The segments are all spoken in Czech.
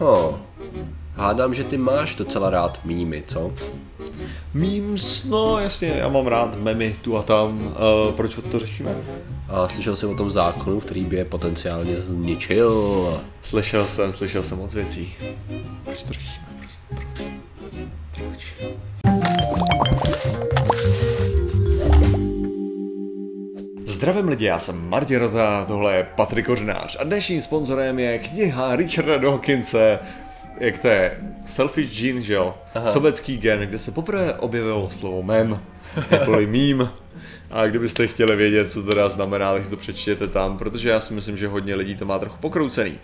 Hádám, že ty máš docela rád mýmy, co? Memes, no jasně, já mám rád memy tu a tam, proč to řešíme? A slyšel jsi o tom zákonu, který by je potenciálně zničil? Slyšel jsem moc věcí. Proč to řešíme, prosím? Proč? Zdravím lidi, já jsem Martin Rota, tohle je Patrik Kořenář a dnešním sponzorem je kniha Richarda Dawkinse, jak to je, Selfish Gene, že jo? Sobecký gen, kde se poprvé objevilo slovo mem, neboli meme. A kdybyste chtěli vědět, co to teda znamená, tak si to přečtěte tam, protože já si myslím, že hodně lidí to má trochu pokroucený.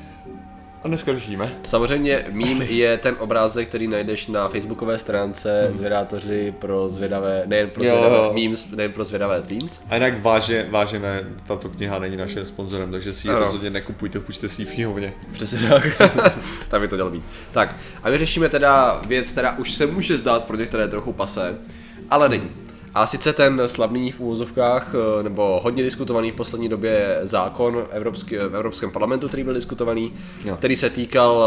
A dneska řešíme. Samozřejmě meme je ten obrázek, který najdeš na facebookové stránce Zvědátoři pro zvědavé, nejen pro zvědavé memes, nejen pro zvědavé teens. A jinak vážené, tato kniha není naším sponzorem, takže si ji rozhodně nekupujte, půjčte si ji v knihovně. Přesně tak. Tak by to mělo být. Tak, a my řešíme teda věc, která už se může zdát pro některé trochu pasé, ale není. A sice ten slavný v úvozovkách, nebo hodně diskutovaný v poslední době zákon v Evropském parlamentu, který byl diskutovaný, který se týkal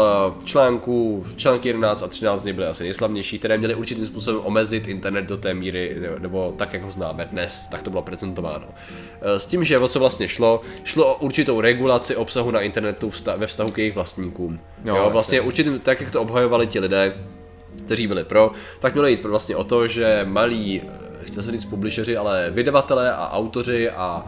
články 11 a 13 z něj byly asi nejslavnější, které měly určitým způsobem omezit internet do té míry, nebo tak, jak ho známe dnes, tak to bylo prezentováno. S tím, že o co vlastně šlo o určitou regulaci obsahu na internetu ve vztahu k jejich vlastníkům. Vlastně určitým, tak jak to obhajovali ti lidé, kteří byli pro, tak mělo jít vlastně o to, že malí, chtěl jsem říct publisheři, ale vydavatelé a autoři a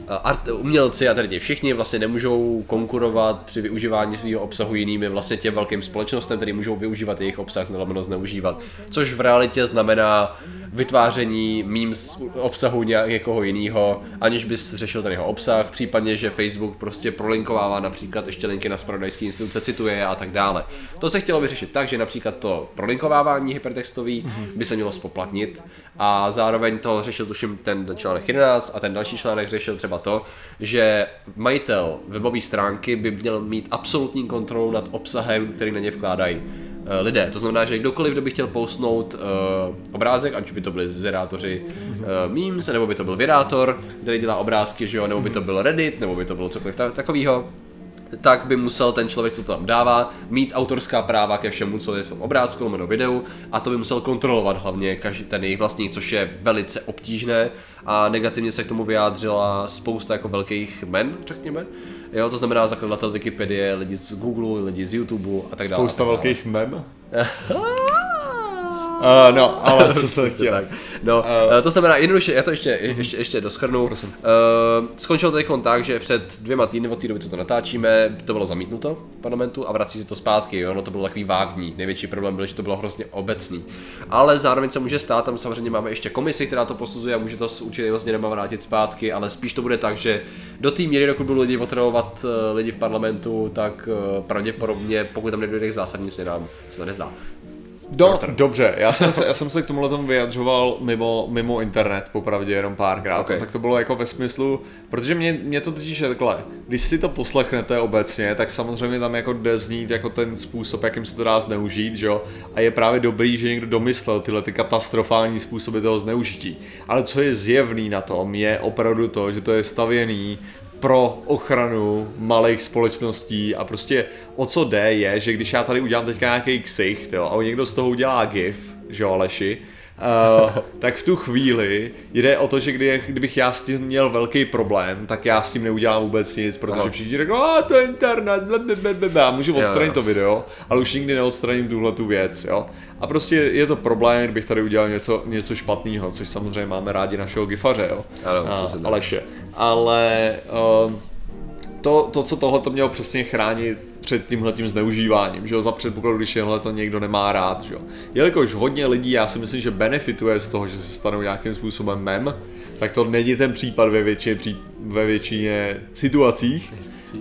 umělci a tady všichni vlastně nemůžou konkurovat při využívání svého obsahu jinými vlastně těm velkým společnostem, který můžou využívat jejich obsah, zneužívat. Což v realitě znamená vytváření memes obsahu někoho jiného, aniž bys řešil ten jeho obsah, případně, že Facebook prostě prolinkovává například ještě linky na zpravodajské instituce, cituje a tak dále. To se chtělo vyřešit tak, že například to prolinkovávání hypertextový by se mělo spoplatnit a zároveň to řešil tuším ten článek 11 a ten další článek řešil třeba to, že majitel webové stránky by měl mít absolutní kontrolu nad obsahem, který na ně vkládají lidé. To znamená, že kdokoliv, kdo by chtěl postnout obrázek, ať by to byli zvědátoři memes, nebo by to byl vědátor, který dělá obrázky, že jo, nebo by to byl Reddit, nebo by to bylo cokoliv takového, tak by musel ten člověk, co to tam dává, mít autorská práva ke všemu, co je v tom obrázku nebo videu, a to by musel kontrolovat hlavně každý ten jejich vlastník, což je velice obtížné a negativně se k tomu vyjádřila spousta jako velkých men, řekněme. Jo, to znamená zakladatel Wikipedie, lidi z Google, lidi z YouTube a tak dále. Spousta velkých mem? No, ale co jste chtěl? No, to znamená, jednoduše, já to ještě doschrnu. Skončilo to tak, že před 2 týdny od té doby, co to natáčíme, to bylo zamítnuto v parlamentu a vrací se to zpátky, jo? No to bylo takový vágní. Největší problém byl, že to bylo hrozně obecný. Ale zároveň se může stát, tam samozřejmě máme ještě komisi, která to posuzuje a může to s určitým změnama vrátit zpátky, ale spíš to bude tak, že do té míry, dokud budou lidi otravovat lidi v parlamentu, tak pravděpodobně, pokud tam nedojde k zásadním změnám, se to nezdá. Dobře, já jsem se k tomuhle tomu vyjadřoval mimo internet, popravdě jenom párkrát, okay. Tak to bylo jako ve smyslu, protože mě to totiž je takhle, když si to poslechnete obecně, tak samozřejmě tam jako jde znít jako ten způsob, jakým se to dá zneužít, že jo, a je právě dobrý, že někdo domyslel tyhle ty katastrofální způsoby toho zneužití, ale co je zjevný na tom, je opravdu to, že to je stavěný pro ochranu malých společností a prostě o co jde je, že když já tady udělám teďka nějaký ksicht, jo, a někdo z toho udělá gif, že jo, Aleši, tak v tu chvíli jde o to, že kdybych já s tím měl velký problém, tak já s tím neudělám vůbec nic, protože všichni řeknou, to je internet, a můžu odstranit to video, ale už nikdy neodstraním tuhletu věc, jo. A prostě je to problém, kdybych tady udělal něco špatného, což samozřejmě máme rádi našeho gifaře, jo, Aleše. Ale to, co tohle to mělo přesně chránit před tímhletím zneužíváním, že jo, za předpokladu, když to někdo nemá rád, že jo. Jelikož hodně lidí, já si myslím, že benefituje z toho, že se stanou nějakým způsobem mem, tak to není ten případ ve většině situacích,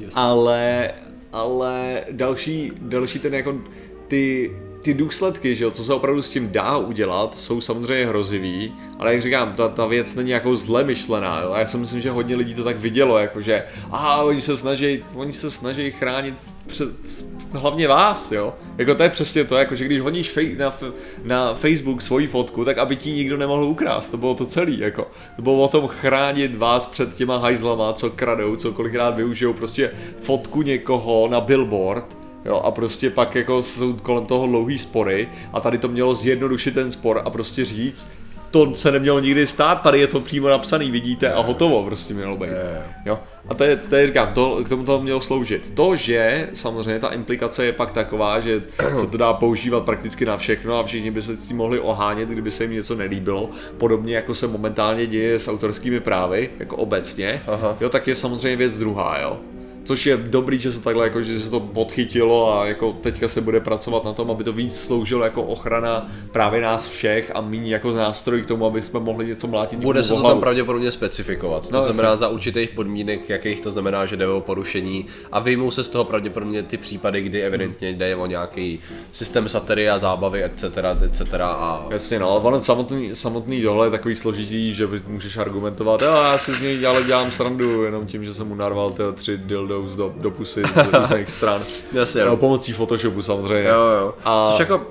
ale další ten jako ty důsledky, že jo, co se opravdu s tím dá udělat, jsou samozřejmě hrozivý, ale jak říkám, ta věc není jako zle myšlená, jo? A já si myslím, že hodně lidí to tak vidělo, jakože oni se snaží chránit hlavně vás, jo, jako to je přesně to, jakože když hodíš na Facebook svoji fotku, tak aby ti nikdo nemohl ukrást, to bylo to celý, jako, to bylo o tom chránit vás před těma hajzlama, co kradou, co kolikrát využijou prostě fotku někoho na billboard, Jo, a prostě pak jako jsou kolem toho dlouhý spory a tady to mělo zjednodušit ten spor a prostě říct, to se nemělo nikdy stát, tady je to přímo napsaný, vidíte, a hotovo prostě mělo být. Jo? A to je říkám, k tomu to mělo sloužit. To, že samozřejmě ta implikace je pak taková, že se to dá používat prakticky na všechno a všichni by se s tím mohli ohánět, kdyby se jim něco nelíbilo, podobně jako se momentálně děje s autorskými právy, jako obecně, jo, tak je samozřejmě věc druhá, jo. Což je dobrý, že se takhle jako, že se to podchytilo a jako teďka se bude pracovat na tom, aby to víc sloužilo jako ochrana právě nás všech a méně jako nástroj k tomu, aby jsme mohli něco mlátit. Bude se to tam pravděpodobně specifikovat. To znamená za určitých podmínek, jakých to znamená, že jde o porušení a vyjmou se z toho pravděpodobně ty případy, kdy evidentně jde o nějaký systém satiry a zábavy, etc. A... Jasně, no, ale samotný tohle je takový složitý, že můžeš argumentovat, já si z něj ale dělám srandu jenom tím, že jsem mu narval 3 dildos do pusy z různých stran. Jasně, no, pomocí Photoshopu samozřejmě. Jo. A... Což jako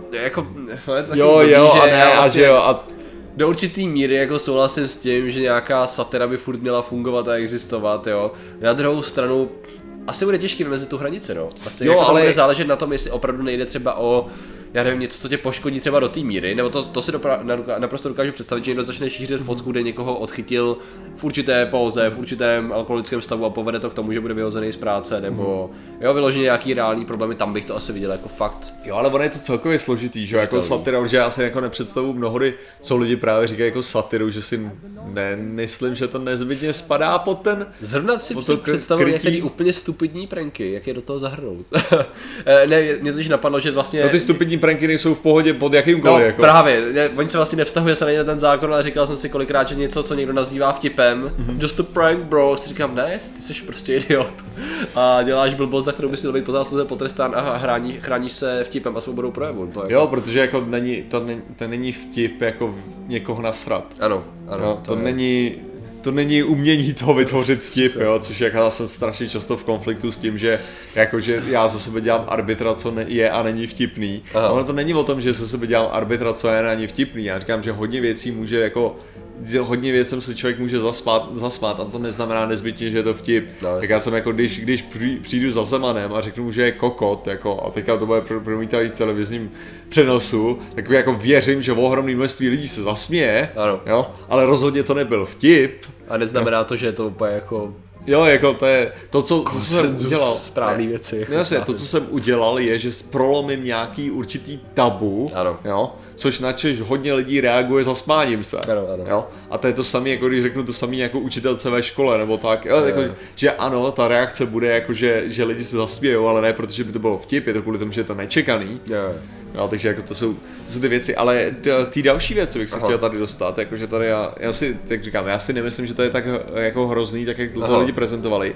jo, a ne, a že jo, a do určitý míry jako souhlasím s tím, že nějaká satira by furt měla fungovat a existovat, jo. Na druhou stranu asi bude těžký vymezit tu hranici, no. Asi jo, jako ale bude záležet na tom, jestli opravdu nejde třeba o, já nevím, něco, co tě poškodí třeba do té míry, nebo to si naprosto dokážu představit, že někdo začne šířit fotku, kde někoho odchytil v určité póze, v určitém alkoholickém stavu a povede to k tomu, že bude vyhozený z práce, nebo jo, vyloženě nějaký reální problémy, tam bych to asi viděl jako fakt. Jo, ale ono je to celkově složitý, že jako satira, že já si jako nepředstavuji mnohdy, co lidi právě říkají jako satiru, že si nemyslím, že to nezbytně spadá pod ten. Zrovna si představuji některý úplně stupidní pranky, jak je do toho zahrnout. Ne, mě to napadlo, že vlastně. No ty stupidní pranky nejsou v pohodě pod jakýmkoliv. No, jako. Právě, oni se vlastně nevztahuje se na ten zákon, ale říkal jsem si kolikrát, že něco, co někdo nazývá vtipem, just a prank bro, si říkám, ne, ty jsi prostě idiot a děláš blbost, za kterou bys měl být po zásluze potrestán a chráníš se vtipem a svobodou projevu. To jako... Jo, protože jako to není vtip jako někoho nasrat. Ano, no, to není umění toho vytvořit vtip, jo, což jako já jsem strašně často v konfliktu s tím, že jakože já za sebe dělám arbitra, co je a není vtipný. A ono to není o tom, že za sebe dělám arbitra, co je a není vtipný. Já říkám, že hodně věcí může jako hodně věcem se člověk může zasmát a to neznamená nezbytně, že je to vtip. No, tak já jsem jako, když přijdu za Zemanem a řeknu mu, že je kokot, jako, a teďka to bude promítat v televizním přenosu, tak jako věřím, že ohromné množství lidí se zasměje, jo, ale rozhodně to nebyl vtip. A neznamená to, že je to úplně jako... Jo, jako to je to, co jsem udělal. Správný věci. Jako jasně, to, co jsem udělal, je, že prolomím nějaký určitý tabu, jo, což načež hodně lidí reaguje zasmáním se. Ano. Jo, a to je to samé, jako když řeknu to samé jako učitelce ve škole, nebo tak, jo, jako, že ano, ta reakce bude jako, že lidi se zasmějou, ale ne protože by to bylo vtip, je to kvůli tomu, že je to nečekaný. Jo, takže jako to jsou ty věci, ale ty další věci bych se chtěl tady dostat, jakože tady já si, tak říkám, já si nemyslím, že to je tak jako hrozný, tak jak to lidi prezentovali,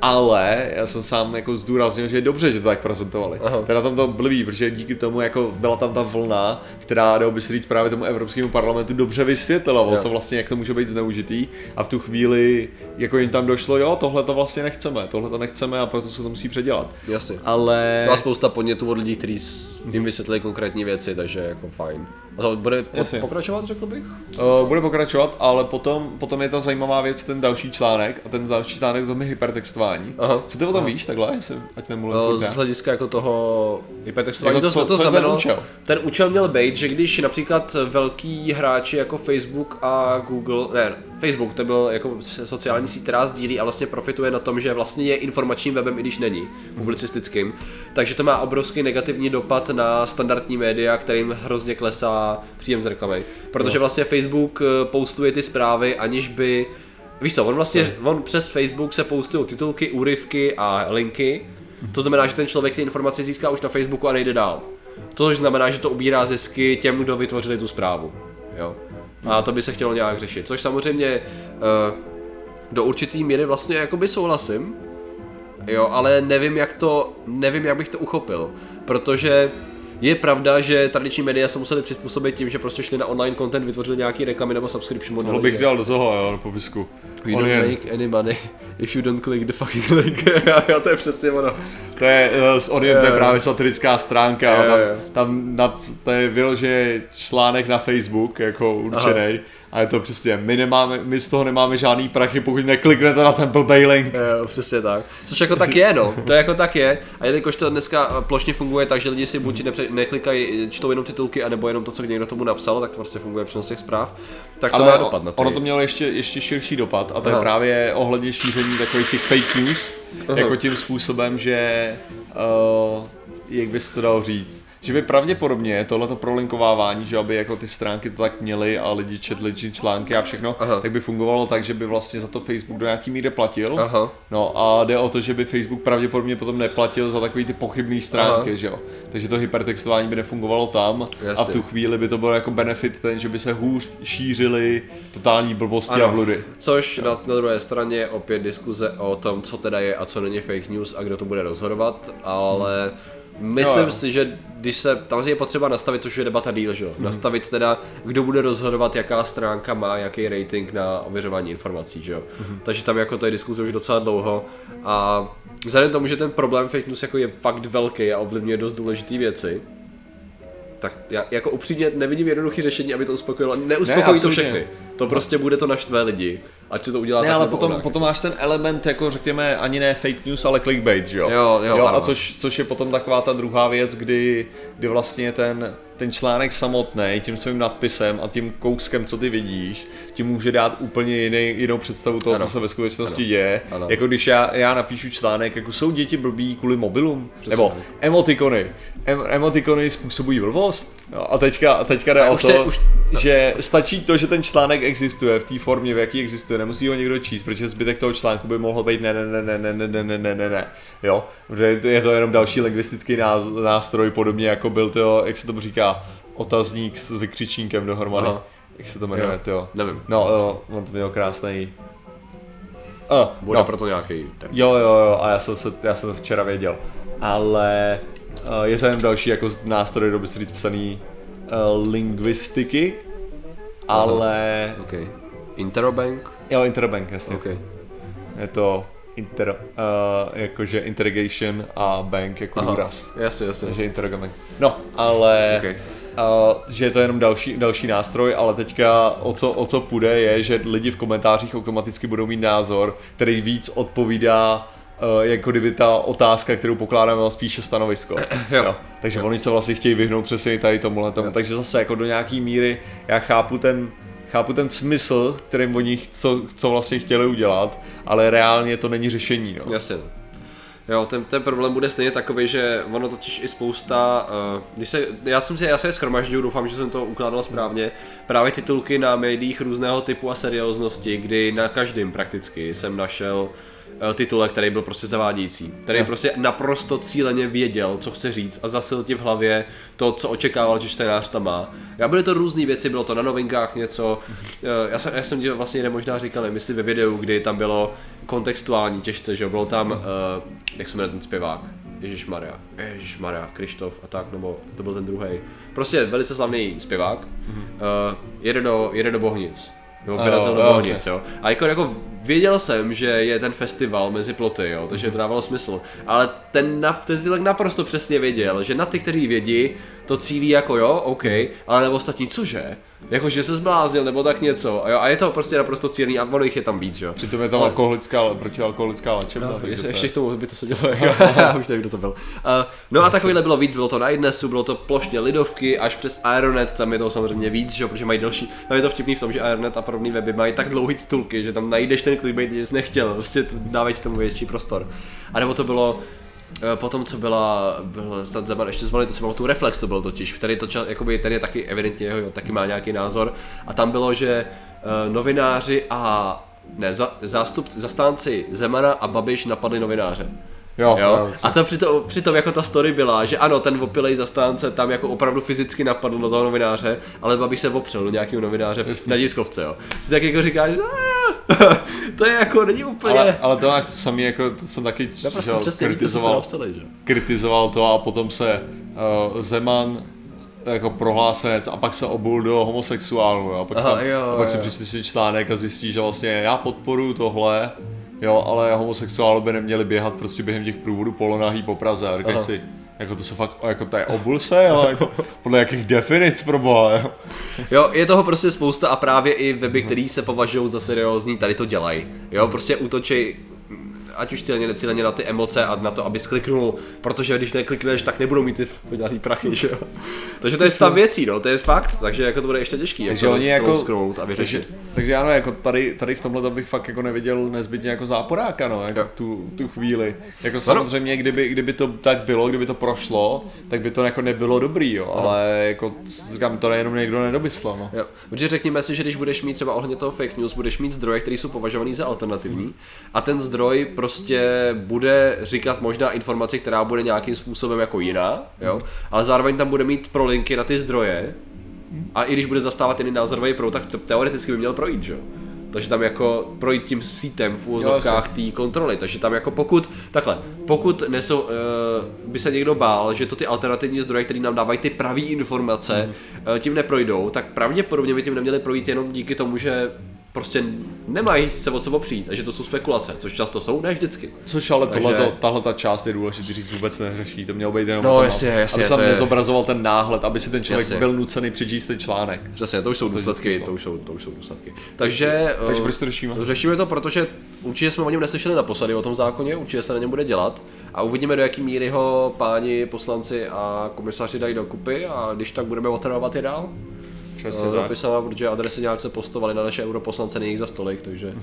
ale já jsem sám jako zdůraznil, že je dobře, že to tak prezentovali. Teda tam to blbý, protože díky tomu jako byla tam ta vlna, která dalo by se říct právě tomu Evropskému parlamentu dobře vysvětlila, o co vlastně, jak to může být zneužitý a v tu chvíli jako jim tam došlo, jo, tohle to vlastně nechceme a proto se to musí předělat. Jasně. Ale byla spousta podnětů od lidí, kteří jim vysvětlili konkrétní věci, takže jako fajn. A to bude pokračovat, řekl bych? Bude pokračovat, ale potom je ta zajímavá věc, ten další článek, a ten další článek to je hypertextování. Co ty o tom víš takhle, ať nemluvím? Z hlediska jako toho hypertextování, jako to znamenalo, ten účel měl být, že když například velký hráči jako Facebook a Google, Facebook to byl jako sociální síť, která sdílí a vlastně profituje na tom, že vlastně je informačním webem, i když není publicistickým. Takže to má obrovský negativní dopad na standardní média, kterým hrozně klesá příjem z reklamy. Protože vlastně Facebook postuje ty zprávy, aniž by... Víš co, on přes Facebook se postují titulky, úryvky a linky. To znamená, že ten člověk ty informace získá už na Facebooku a nejde dál. To znamená, že to ubírá zisky těm, kdo vytvořili tu zprávu. Jo. A to by se chtělo nějak řešit, což samozřejmě do určitý míry vlastně jakoby souhlasím, jo, ale nevím, jak bych to uchopil, protože Je pravda, že tradiční média se museli přizpůsobit tím, že prostě šli na online content, vytvořili nějaký reklamy nebo subscription modely. To bych dal do toho, jo, do popisku. We don't make any money if you don't click the fucking link. Jo, to je přesně ono. To je z Onion, to je právě satirická stránka. To je vyloženě článek na Facebook, jako určenej. A je to přesně, my z toho nemáme žádný prachy, pokud nekliknete na ten blbej link. Jo, přesně tak. Což jako tak je, no. To jako tak je. A jelikož to dneska plošně funguje tak, že lidi si buď neklikají, čtou jenom titulky, anebo jenom to, co někdo tomu napsal, tak to prostě funguje přenos těch zpráv. Tak to má dopad na to. Ono to mělo ještě širší dopad a to je právě ohledně šíření takových těch fake news, jako tím způsobem, že jak bys to dal říct, že by pravděpodobně tohleto prolinkovávání, že aby jako ty stránky to tak měly a lidi četli články a všechno, tak by fungovalo tak, že by vlastně za to Facebook do nějaký míry platil. No a jde o to, že by Facebook pravděpodobně potom neplatil za takový ty pochybné stránky, že jo. Takže to hypertextování by nefungovalo tam. A v tu chvíli by to bylo jako benefit ten, že by se hůř šířily totální blbosti a bludy. Což na druhé straně je opět diskuze o tom, co teda je a co není fake news a kdo to bude rozhodovat, ale myslím si, že když se, tam je potřeba nastavit, což je debata díl, že jo, nastavit teda, kdo bude rozhodovat, jaká stránka má jaký rating na ověřování informací, že jo. Takže tam jako to je diskuze už docela dlouho a vzhledem k tomu, že ten problém fake news jako je fakt velký a ovlivňuje dost důležité věci, tak já jako upřímně nevidím jednoduché řešení, aby to uspokojilo. Neuspokojí to všechny. To prostě bude to naštve lidi. Ať se to udělá tak ale potom máš ten element, jako řekněme, ani ne fake news, ale clickbait, že jo? Jo, a což je potom taková ta druhá věc, kdy vlastně ten článek samotný, tím svým nadpisem a tím kouskem, co ty vidíš, ti může dát úplně jinou představu toho, co se ve skutečnosti děje. Jako když já napíšu článek, jako jsou děti blbí kvůli mobilům, nebo emotikony. Emotikony způsobují blbost. No, a teďka jde o to, že stačí to, že ten článek existuje v té formě, v jaký existuje, nemusí ho někdo číst, protože zbytek toho článku by mohl být ne. Jo, protože je to jenom další lingvistický nástroj, podobně jako byl to, jak se tomu říká, otazník s vykřičníkem dohromady. Jak se to jmenuje, jo? Nevím. No, on to měl krásný. Bude proto nějaký. Jo, a já jsem to včera věděl. Ale je to jen další jako nástroj, by se říct psaný lingvistiky, ale... Okay. Interobank? Jo, Interobank, jasně. Okay. Je to jakože interrogation a bank jako důraz. Jasně. Takže Interobank. No, ale... Okay. Že je to jenom další nástroj, ale teďka o co půjde je, že lidi v komentářích automaticky budou mít názor, který víc odpovídá jako kdyby ta otázka, kterou pokládáme, byla spíše stanovisko. Jo. Takže oni se vlastně chtějí vyhnout přesně tady tomuhle tomu. Takže zase jako do nějaký míry já chápu ten smysl, kterým oni co vlastně chtěli udělat, ale reálně to není řešení. No. Jasně. Jo, ten problém bude stejně takový, že ono totiž i spousta, já se je shromažďuju, doufám, že jsem to ukládal správně, právě titulky na médiích různého typu a serióznosti, kdy na každém prakticky jsem našel titulek, který byl prostě zavádějící, který prostě naprosto cíleně věděl, co chce říct a zasil ti v hlavě to, co očekával, že čtenář tam má. Byly to různé věci, bylo to na novinkách něco, já jsem ti vlastně možná říkal, nevím, jestli ve videu, kdy tam bylo kontextuální těžce, že bylo tam, jak se jmenuje ten zpěvák, Ježišmarja, Krištof a tak, nebo to byl ten druhej. Prostě velice slavný zpěvák, jede do Bohnic. Nebo vyrazil do Bohnic, jo. A jako věděl jsem, že je ten festival mezi ploty, jo, takže to dávalo smysl. Ale ten titulek naprosto přesně věděl, že na ty, kteří vědí, to cílí jako jo, OK, ale nebo ostatní cože? Jako, že se zbláznil nebo tak něco, a je to prostě naprosto cílený a ono jich je tam víc, jo. Přitom je tam protialkoholická léčebna. No, ještě k tomu by to se dělo, už nevím, kdo to byl. No a takovýhle bylo víc, bylo to na iDnesu, bylo to plošně Lidovky, až přes Aeronet, tam je toho samozřejmě víc, že? Protože mají delší, tam je to vtipný v tom, že Aeronet a podobné weby mají tak dlouhý titulky, že tam najdeš ten clickbait, že jsi nechtěl, prostě dávají ti tomu větší prostor. A nebo to bylo potom, co byla snad Zeman ještě zvolený, to se bylo tu Reflex, to byl totiž, který to jakoby, ten je taky evidentně, jo, taky má nějaký názor a tam bylo, že novináři a zastánci Zemana a Babiš napadli novináře. Jo. A to přitom jako ta story byla, že ano, ten opilej zastánce tam jako opravdu fyzicky napadl do toho novináře, ale Babiš se opřel do nějakého novináře na tiskovce, jo. Si tak jako říkáš, to je jako, není úplně... Ale to máš to samý, jako to jsem taky kritizoval to a potom se Zeman jako prohlásenec a pak se obul do homosexuálu a pak si přečteš si článek a zjistíš, že vlastně já podporuji tohle, jo, ale homosexuálu by neměli běhat prostě během těch průvodů polonahý po Praze a říkáš si, jako to se fakt, jako to je obul se, jo, jako podle jakých definic proboha, jo. Jo, je toho prostě spousta a právě i weby, který se považují za seriózní, tady to dělají, jo, prostě útočí ať už cíleně, necíleně na ty emoce a na to, abys kliknul, protože když neklikneš, tak nebudou mít ty vydělaný prachy, že jo. Takže to je stav věcí, no, to je fakt, takže jako to bude ještě těžký, takže oni jako scrollout a vyřešit. Takže ano, jako tady v tomhle bych fakt jako neviděl nezbytně jako záporáka, no, jako tu chvíli. Jako samozřejmě, kdyby to tak bylo, kdyby to prošlo, tak by to jako nebylo dobrý, jo, ale jako říkám, to jenom někdo nedobysl, no. Jo, protože řekněme si, že když budeš mít třeba ohledně toho fake news, budeš mít zdroje, které jsou považovaný za alternativní a ten zdroj prostě bude říkat možná informaci, která bude nějakým způsobem jako jiná, jo, ale zároveň tam bude mít prolinky na ty zdroje a i když bude zastávat jiný názorový proud, tak teoreticky by měl projít, že jo. Takže tam jako projít tím sítem v úvozovkách té kontroly, takže tam jako pokud by se někdo bál, že to ty alternativní zdroje, které nám dávají ty pravý informace, tím neprojdou, tak pravděpodobně by tím neměli projít jenom díky tomu, že prostě nemají se o co opřít a že to jsou spekulace, což často jsou, ne vždycky. Což ale tahle ta část je důležitý říct, vůbec neřeší, to mělo být jenom jasně, aby se nezobrazoval ten náhled, aby si ten člověk byl nucený přečíst ten článek. Přesně, to už jsou důsledky, to už jsou důsledky. Takže proč to řešíme? Řešíme to, protože určitě jsme o něm neslyšeli naposledy o tom zákoně, určitě se na něm bude dělat a uvidíme, do jaký míry ho páni poslanci a komisaři dají dokupy a když tak budeme otravovat je dál. Dopisama, protože adresy nějak se postovaly na naše europoslance, není jich za stolik, takže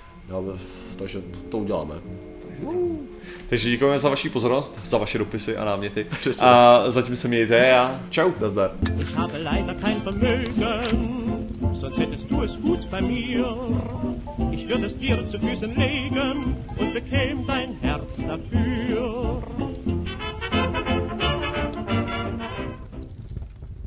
to uděláme. Takže děkujeme za vaši pozornost, za vaše dopisy a náměty. A zatím se mějte a čau. Nazdar. Ich habe leider kein Vermögen, sonst hättest du es gut bei mir. Ich würde es dir zu Füßen legen und bekäme dein Herz dafür.